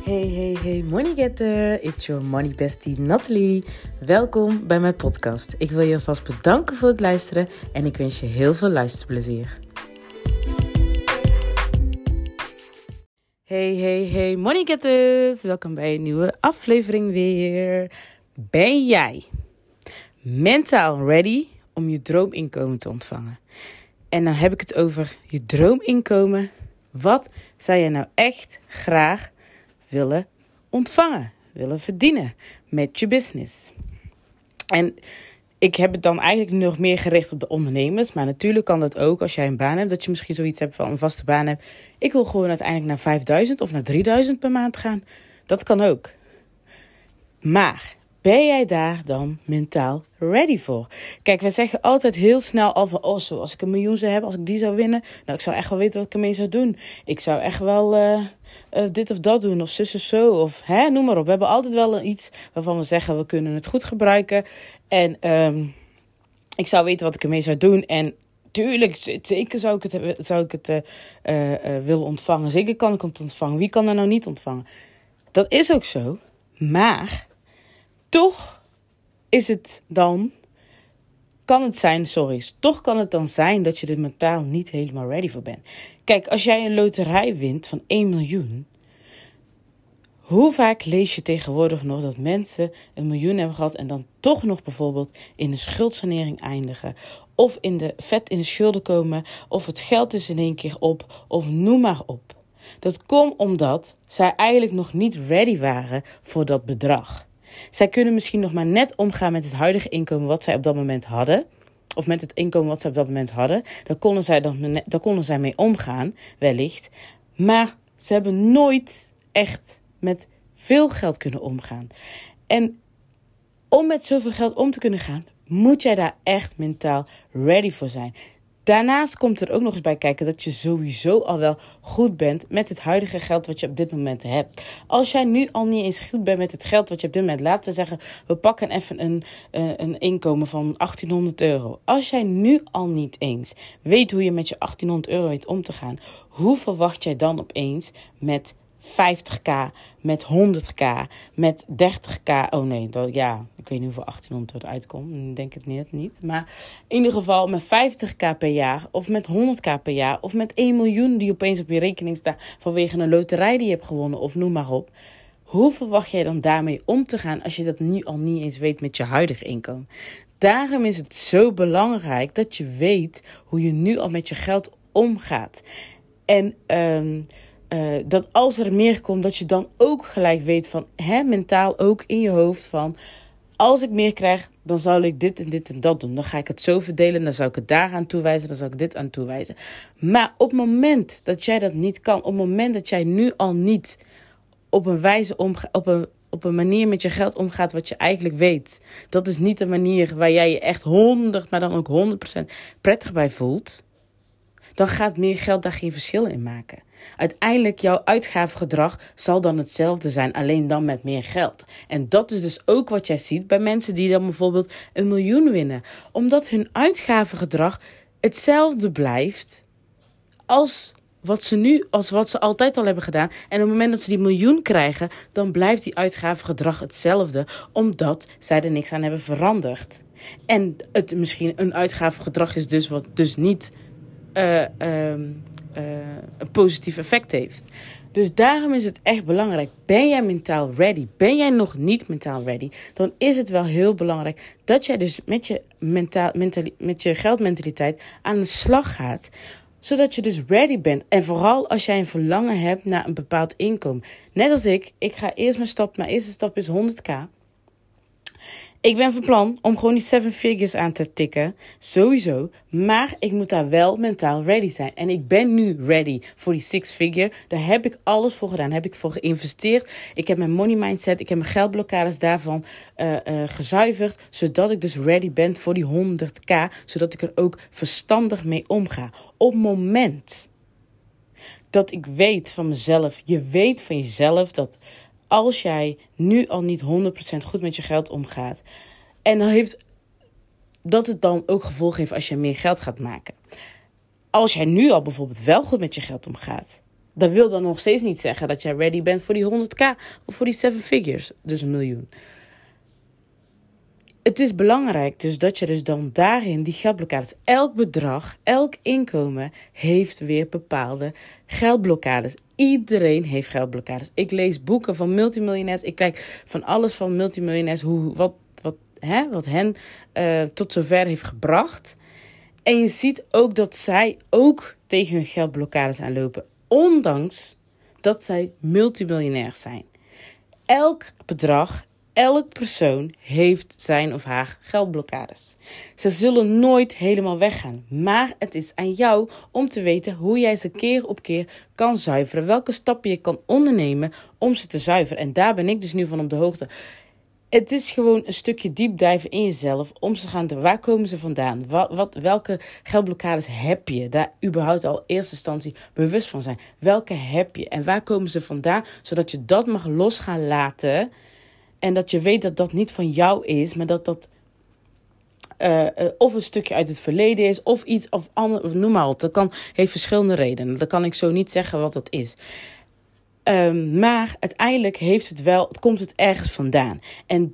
Hey, money getter. It's your money bestie Nathalie. Welkom bij mijn podcast. Ik wil je alvast bedanken voor het luisteren en ik wens je heel veel luisterplezier. Hey, money getters. Welkom bij een nieuwe aflevering weer. Ben jij mentaal ready om je droominkomen te ontvangen? En dan heb ik het over je droominkomen. Wat zou je nou echt graag willen ontvangen, willen verdienen met je business? En ik heb het dan eigenlijk nog meer gericht op de ondernemers. Maar natuurlijk kan dat ook als jij een baan hebt. Dat je misschien zoiets hebt van een vaste baan hebt. Ik wil gewoon uiteindelijk naar 5000 of naar 3000 per maand gaan. Dat kan ook. Maar ben jij daar dan mentaal ready voor? Kijk, wij zeggen altijd heel snel al van, als ik 1 miljoen zou hebben, als ik die zou winnen. Nou, ik zou echt wel weten wat ik ermee zou doen. Ik zou echt wel dit of dat doen, of zus of zo, of noem maar op. We hebben altijd wel iets waarvan we zeggen, we kunnen het goed gebruiken. En ik zou weten wat ik ermee zou doen. En tuurlijk, zeker zou ik het willen ontvangen. Zeker kan ik het ontvangen. Wie kan er nou niet ontvangen? Dat is ook zo. Maar toch kan het dan zijn dat je er mentaal niet helemaal ready voor bent. Kijk, als jij een loterij wint van 1 miljoen... hoe vaak lees je tegenwoordig nog dat mensen 1 miljoen hebben gehad en dan toch nog bijvoorbeeld in een schuldsanering eindigen, of vet in de schulden komen, of het geld is in één keer op, of noem maar op. Dat komt omdat zij eigenlijk nog niet ready waren voor dat bedrag. Zij kunnen misschien nog maar net omgaan met het huidige inkomen wat zij op dat moment hadden. Of met het inkomen wat zij op dat moment hadden. Daar konden zij mee omgaan, wellicht. Maar ze hebben nooit echt met veel geld kunnen omgaan. En om met zoveel geld om te kunnen gaan, moet jij daar echt mentaal ready voor zijn. Daarnaast komt er ook nog eens bij kijken dat je sowieso al wel goed bent met het huidige geld wat je op dit moment hebt. Als jij nu al niet eens goed bent met het geld wat je op dit moment, laten we zeggen, we pakken even een inkomen van 1800 euro. Als jij nu al niet eens weet hoe je met je 1800 euro weet om te gaan, hoe verwacht jij dan opeens met 50k, met 100k, met 30k. Oh nee, ik weet niet hoeveel 1800 uitkomt. Ik denk het niet. Maar in ieder geval met 50k per jaar, of met 100k per jaar, of met 1 miljoen die opeens op je rekening staat vanwege een loterij die je hebt gewonnen, of noem maar op. Hoe verwacht jij dan daarmee om te gaan als je dat nu al niet eens weet met je huidige inkomen? Daarom is het zo belangrijk dat je weet hoe je nu al met je geld omgaat. En dat als er meer komt, dat je dan ook gelijk weet van, mentaal ook in je hoofd van, als ik meer krijg, dan zal ik dit en dat doen. Dan ga ik het zo verdelen, dan zou ik het daar aan toewijzen, dan zou ik dit aan toewijzen. Maar op het moment dat jij dat niet kan, op het moment dat jij nu al niet op een manier met je geld omgaat wat je eigenlijk weet, dat is niet de manier waar jij je echt 100, maar dan ook 100% prettig bij voelt, dan gaat meer geld daar geen verschil in maken. Uiteindelijk, jouw uitgavengedrag zal dan hetzelfde zijn, alleen dan met meer geld. En dat is dus ook wat jij ziet bij mensen die dan bijvoorbeeld 1 miljoen winnen. Omdat hun uitgavengedrag hetzelfde blijft als wat ze altijd al hebben gedaan. En op het moment dat ze die 1 miljoen krijgen, dan blijft die uitgavengedrag hetzelfde, omdat zij er niks aan hebben veranderd. En het misschien een uitgavengedrag is dus wat dus niet een positief effect heeft. Dus daarom is het echt belangrijk. Ben jij mentaal ready? Ben jij nog niet mentaal ready? Dan is het wel heel belangrijk dat jij dus met je geldmentaliteit aan de slag gaat, zodat je dus ready bent. En vooral als jij een verlangen hebt naar een bepaald inkomen. Net als ik ga eerst mijn eerste stap is 100k. Ik ben van plan om gewoon die 7 figures aan te tikken. Sowieso. Maar ik moet daar wel mentaal ready zijn. En ik ben nu ready voor die 6 figure. Daar heb ik alles voor gedaan. Daar heb ik voor geïnvesteerd. Ik heb mijn money mindset. Ik heb mijn geldblokkades daarvan gezuiverd. Zodat ik dus ready ben voor die 100k. Zodat ik er ook verstandig mee omga. Op het moment dat ik weet van mezelf. Je weet van jezelf dat als jij nu al niet 100% goed met je geld omgaat, en dat het dan ook gevolgen heeft als je meer geld gaat maken. Als jij nu al bijvoorbeeld wel goed met je geld omgaat, Dat wil dan nog steeds niet zeggen dat jij ready bent voor die 100k of voor die 7 figures, dus 1 miljoen. Het is belangrijk dus dat je dus dan daarin die geldblokkades, elk bedrag, elk inkomen heeft weer bepaalde geldblokkades. Iedereen heeft geldblokkades. Ik lees boeken van multimiljonairs, ik kijk van alles van multimiljonairs, wat hen tot zover heeft gebracht. En je ziet ook dat zij ook tegen hun geldblokkades aanlopen, ondanks dat zij multimiljonairs zijn. Elk bedrag, elk persoon heeft zijn of haar geldblokkades. Ze zullen nooit helemaal weggaan. Maar het is aan jou om te weten hoe jij ze keer op keer kan zuiveren. Welke stappen je kan ondernemen om ze te zuiveren. En daar ben ik dus nu van op de hoogte. Het is gewoon een stukje diepdijven in jezelf om te gaan. Waar komen ze vandaan? Welke geldblokkades heb je? Daar überhaupt al in eerste instantie bewust van zijn. Welke heb je? En waar komen ze vandaan? Zodat je dat mag los gaan laten. En dat je weet dat dat niet van jou is, maar dat of een stukje uit het verleden is, of iets of ander, noem maar op. Dat heeft verschillende redenen. Dat kan ik zo niet zeggen wat dat is. Maar uiteindelijk komt het ergens vandaan. En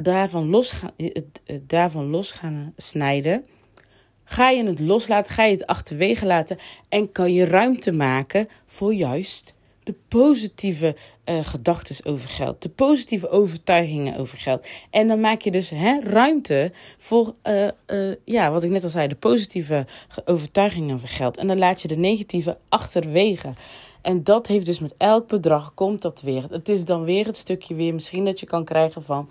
daarvan los gaan snijden, ga je het loslaten, ga je het achterwege laten en kan je ruimte maken voor juist de positieve gedachten over geld. De positieve overtuigingen over geld. En dan maak je dus ruimte voor, wat ik net al zei, de positieve overtuigingen over geld. En dan laat je de negatieve achterwege. En dat heeft dus met elk bedrag, komt dat weer. Het is dan weer het stukje weer misschien dat je kan krijgen van,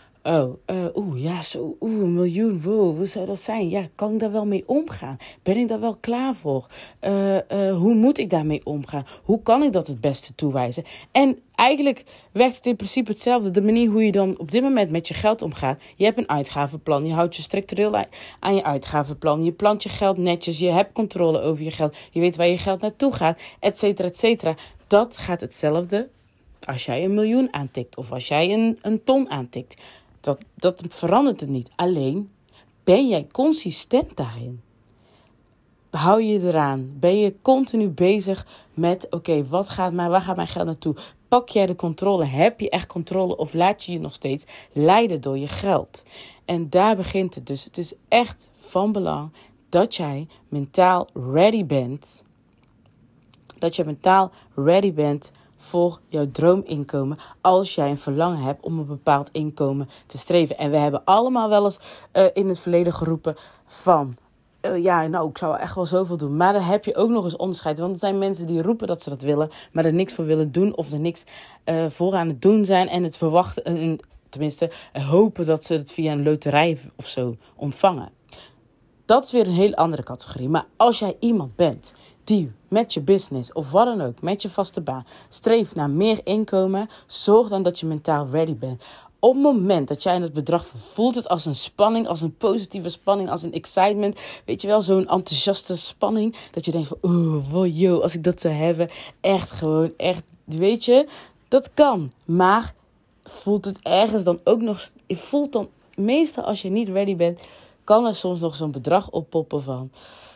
een miljoen, wow, hoe zou dat zijn? Ja, kan ik daar wel mee omgaan? Ben ik daar wel klaar voor? Hoe moet ik daarmee omgaan? Hoe kan ik dat het beste toewijzen? En eigenlijk werkt het in principe hetzelfde. De manier hoe je dan op dit moment met je geld omgaat. Je hebt een uitgavenplan. Je houdt je structureel aan je uitgavenplan. Je plant je geld netjes. Je hebt controle over je geld. Je weet waar je geld naartoe gaat, et cetera, et cetera. Dat gaat hetzelfde als jij 1 miljoen aantikt of als jij een ton aantikt. Dat verandert het niet. Alleen, ben jij consistent daarin? Hou je eraan? Ben je continu bezig met, waar gaat mijn geld naartoe? Pak jij de controle? Heb je echt controle of laat je je nog steeds leiden door je geld? En daar begint het dus. Het is echt van belang dat jij mentaal ready bent. Dat je mentaal ready bent voor jouw droominkomen als jij een verlangen hebt om een bepaald inkomen te streven. En we hebben allemaal wel eens in het verleden geroepen van, ik zou echt wel zoveel doen. Maar dan heb je ook nog eens onderscheid. Want er zijn mensen die roepen dat ze dat willen, maar er niks voor willen doen of er niks voor aan het doen zijn en het verwachten, tenminste hopen dat ze het via een loterij of zo ontvangen. Dat is weer een hele andere categorie. Maar als jij iemand bent die met je business of wat dan ook, met je vaste baan, streeft naar meer inkomen, zorg dan dat je mentaal ready bent. Op het moment dat jij in het bedrag voelt het als een spanning, als een positieve spanning, als een excitement, weet je wel, zo'n enthousiaste spanning, dat je denkt van, als ik dat zou hebben, echt, weet je, dat kan. Maar voelt het ergens dan ook nog, voelt dan meestal als je niet ready bent, kan er soms nog zo'n bedrag oppoppen van,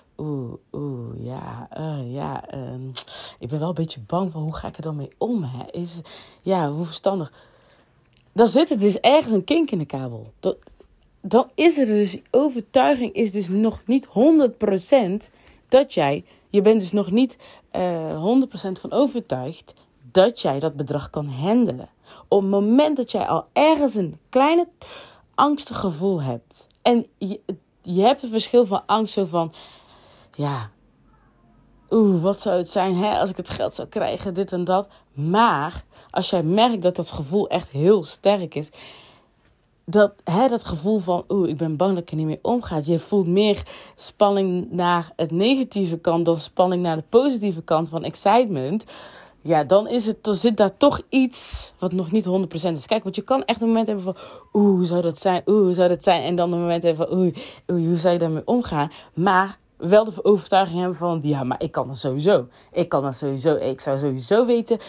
ik ben wel een beetje bang van hoe ga ik er dan mee om, hè? Hoe verstandig. Dan zit er dus ergens een kink in de kabel. Dan is er dus, die overtuiging is dus nog niet 100% dat je bent dus nog niet 100% van overtuigd dat jij dat bedrag kan handelen. Op het moment dat jij al ergens een kleine angstig gevoel hebt. En je hebt een verschil van angst zo van, wat zou het zijn als ik het geld zou krijgen, dit en dat. Maar als jij merkt dat dat gevoel echt heel sterk is, dat gevoel van, ik ben bang dat ik er niet mee omga. Je voelt meer spanning naar het negatieve kant dan spanning naar de positieve kant van excitement. Ja, dan zit daar toch iets wat nog niet 100% is. Kijk, want je kan echt een moment hebben van, hoe zou dat zijn? Hoe zou dat zijn? En dan een moment hebben van, hoe zou je daarmee omgaan? Maar wel de overtuiging hebben van, maar ik kan dat sowieso. Ik zou sowieso weten,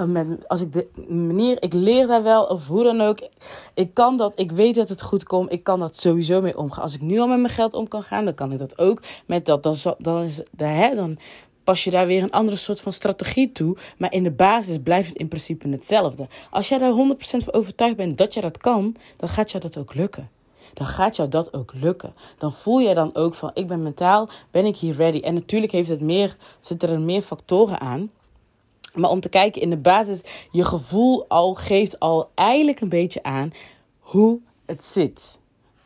ik leer daar wel, of hoe dan ook. Ik kan dat, ik weet dat het goed komt. Ik kan dat sowieso mee omgaan. Als ik nu al met mijn geld om kan gaan, dan kan ik dat ook. Met dat, dan pas je daar weer een andere soort van strategie toe. Maar in de basis blijft het in principe hetzelfde. Als jij daar 100% van overtuigd bent dat je dat kan, dan gaat jou dat ook lukken. Dan voel je dan ook van, ik ben mentaal, ben ik hier ready. En natuurlijk zitten er meer factoren aan. Maar om te kijken in de basis, je gevoel geeft al eigenlijk een beetje aan hoe het zit.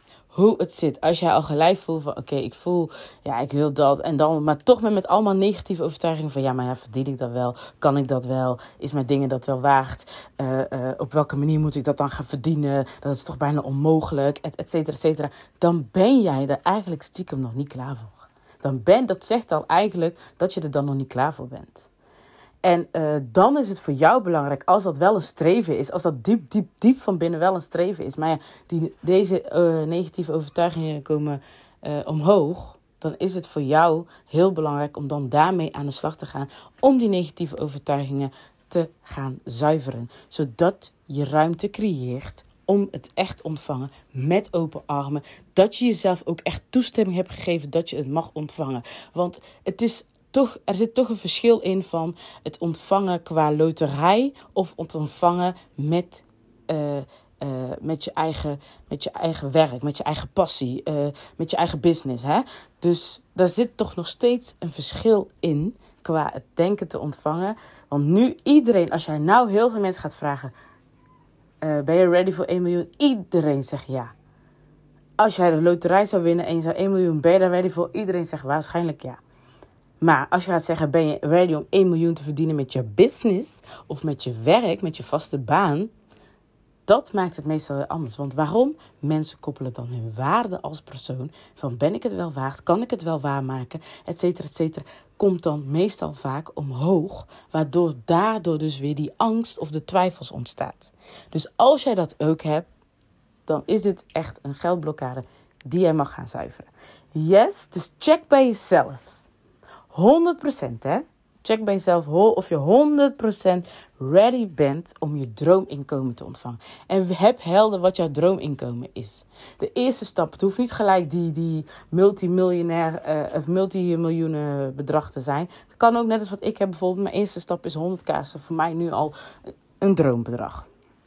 Als jij al gelijk voelt van, oké, ik voel, ja, ik wil dat. En dan, maar toch met allemaal negatieve overtuigingen van, ja, maar ja, verdien ik dat wel? Kan ik dat wel? Is mijn dingen dat wel waard? Op welke manier moet ik dat dan gaan verdienen? Dat is toch bijna onmogelijk, et cetera, et cetera. Dan ben jij er eigenlijk stiekem nog niet klaar voor. Dat zegt al eigenlijk dat je er dan nog niet klaar voor bent. En dan is het voor jou belangrijk, als dat wel een streven is, als dat diep van binnen wel een streven is, maar ja, deze negatieve overtuigingen komen omhoog, dan is het voor jou heel belangrijk om dan daarmee aan de slag te gaan, om die negatieve overtuigingen te gaan zuiveren, zodat je ruimte creëert om het echt ontvangen met open armen, dat je jezelf ook echt toestemming hebt gegeven dat je het mag ontvangen. Want er zit toch een verschil in van het ontvangen qua loterij of het ontvangen met je eigen werk, met je eigen passie, met je eigen business. Hè? Dus daar zit toch nog steeds een verschil in qua het denken te ontvangen. Want nu als jij nou heel veel mensen gaat vragen, ben je ready voor 1 miljoen? Iedereen zegt ja. Als jij de loterij zou winnen en je zou 1 miljoen, ben je daar ready voor? Iedereen zegt waarschijnlijk ja. Maar als je gaat zeggen, ben je ready om 1 miljoen te verdienen met je business of met je werk, met je vaste baan, dat maakt het meestal anders. Want waarom? Mensen koppelen dan hun waarde als persoon van, ben ik het wel waard, kan ik het wel waarmaken, et cetera, komt dan meestal vaak omhoog, waardoor daardoor dus weer die angst of de twijfels ontstaat. Dus als jij dat ook hebt, dan is dit echt een geldblokkade die jij mag gaan zuiveren. Yes, dus check bij jezelf. 100%, hè? Check bij jezelf of je 100% ready bent om je droominkomen te ontvangen. En heb helder wat jouw droominkomen is. De eerste stap, het hoeft niet gelijk die multimiljonair of multimiljoenen bedrag te zijn. Het kan ook net als wat ik heb bijvoorbeeld. Mijn eerste stap is 100.000. Voor mij nu al een droombedrag.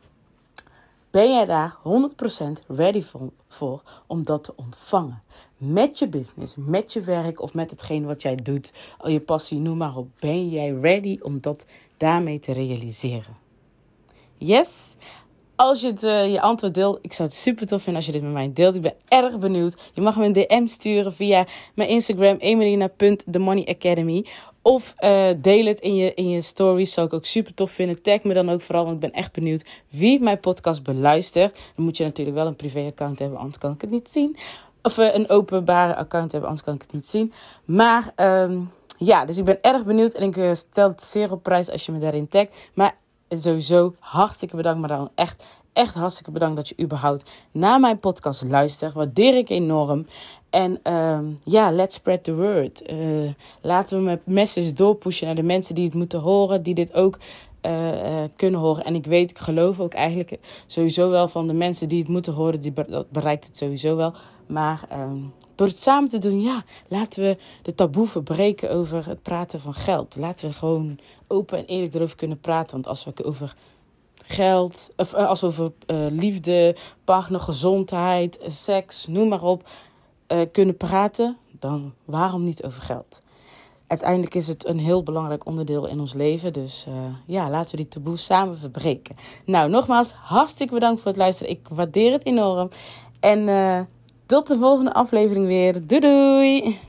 Ben jij daar 100% ready voor om dat te ontvangen? Met je business, met je werk of met hetgeen wat jij doet, al je passie, noem maar op. Ben jij ready om dat daarmee te realiseren? Yes? Als je je antwoord deelt, ik zou het super tof vinden als je dit met mij deelt. Ik ben erg benieuwd. Je mag me een DM sturen via mijn Instagram, emelina.themoneyacademy. Of deel het in je stories, zou ik ook super tof vinden. Tag me dan ook vooral, want ik ben echt benieuwd wie mijn podcast beluistert. Dan moet je natuurlijk wel een privé-account hebben, anders kan ik het niet zien. Of een openbare account hebben, anders kan ik het niet zien. Maar dus ik ben erg benieuwd en ik stel het zeer op prijs als je me daarin tagt. Maar sowieso hartstikke bedankt, maar dan echt hartstikke bedankt dat je überhaupt naar mijn podcast luistert. Waardeer ik enorm. En let's spread the word. Laten we mijn message doorpushen naar de mensen die het moeten horen, die dit ook kunnen horen. En ik geloof ook eigenlijk sowieso wel van de mensen die het moeten horen, dat bereikt het sowieso wel. Maar door het samen te doen, laten we de taboe verbreken over het praten van geld. Laten we gewoon open en eerlijk erover kunnen praten. Want als we over geld, of als we over liefde, partner, gezondheid, seks, noem maar op, kunnen praten, dan waarom niet over geld? Uiteindelijk is het een heel belangrijk onderdeel in ons leven. Dus laten we die taboe samen verbreken. Nou, nogmaals, hartstikke bedankt voor het luisteren. Ik waardeer het enorm. En tot de volgende aflevering weer. Doei doei!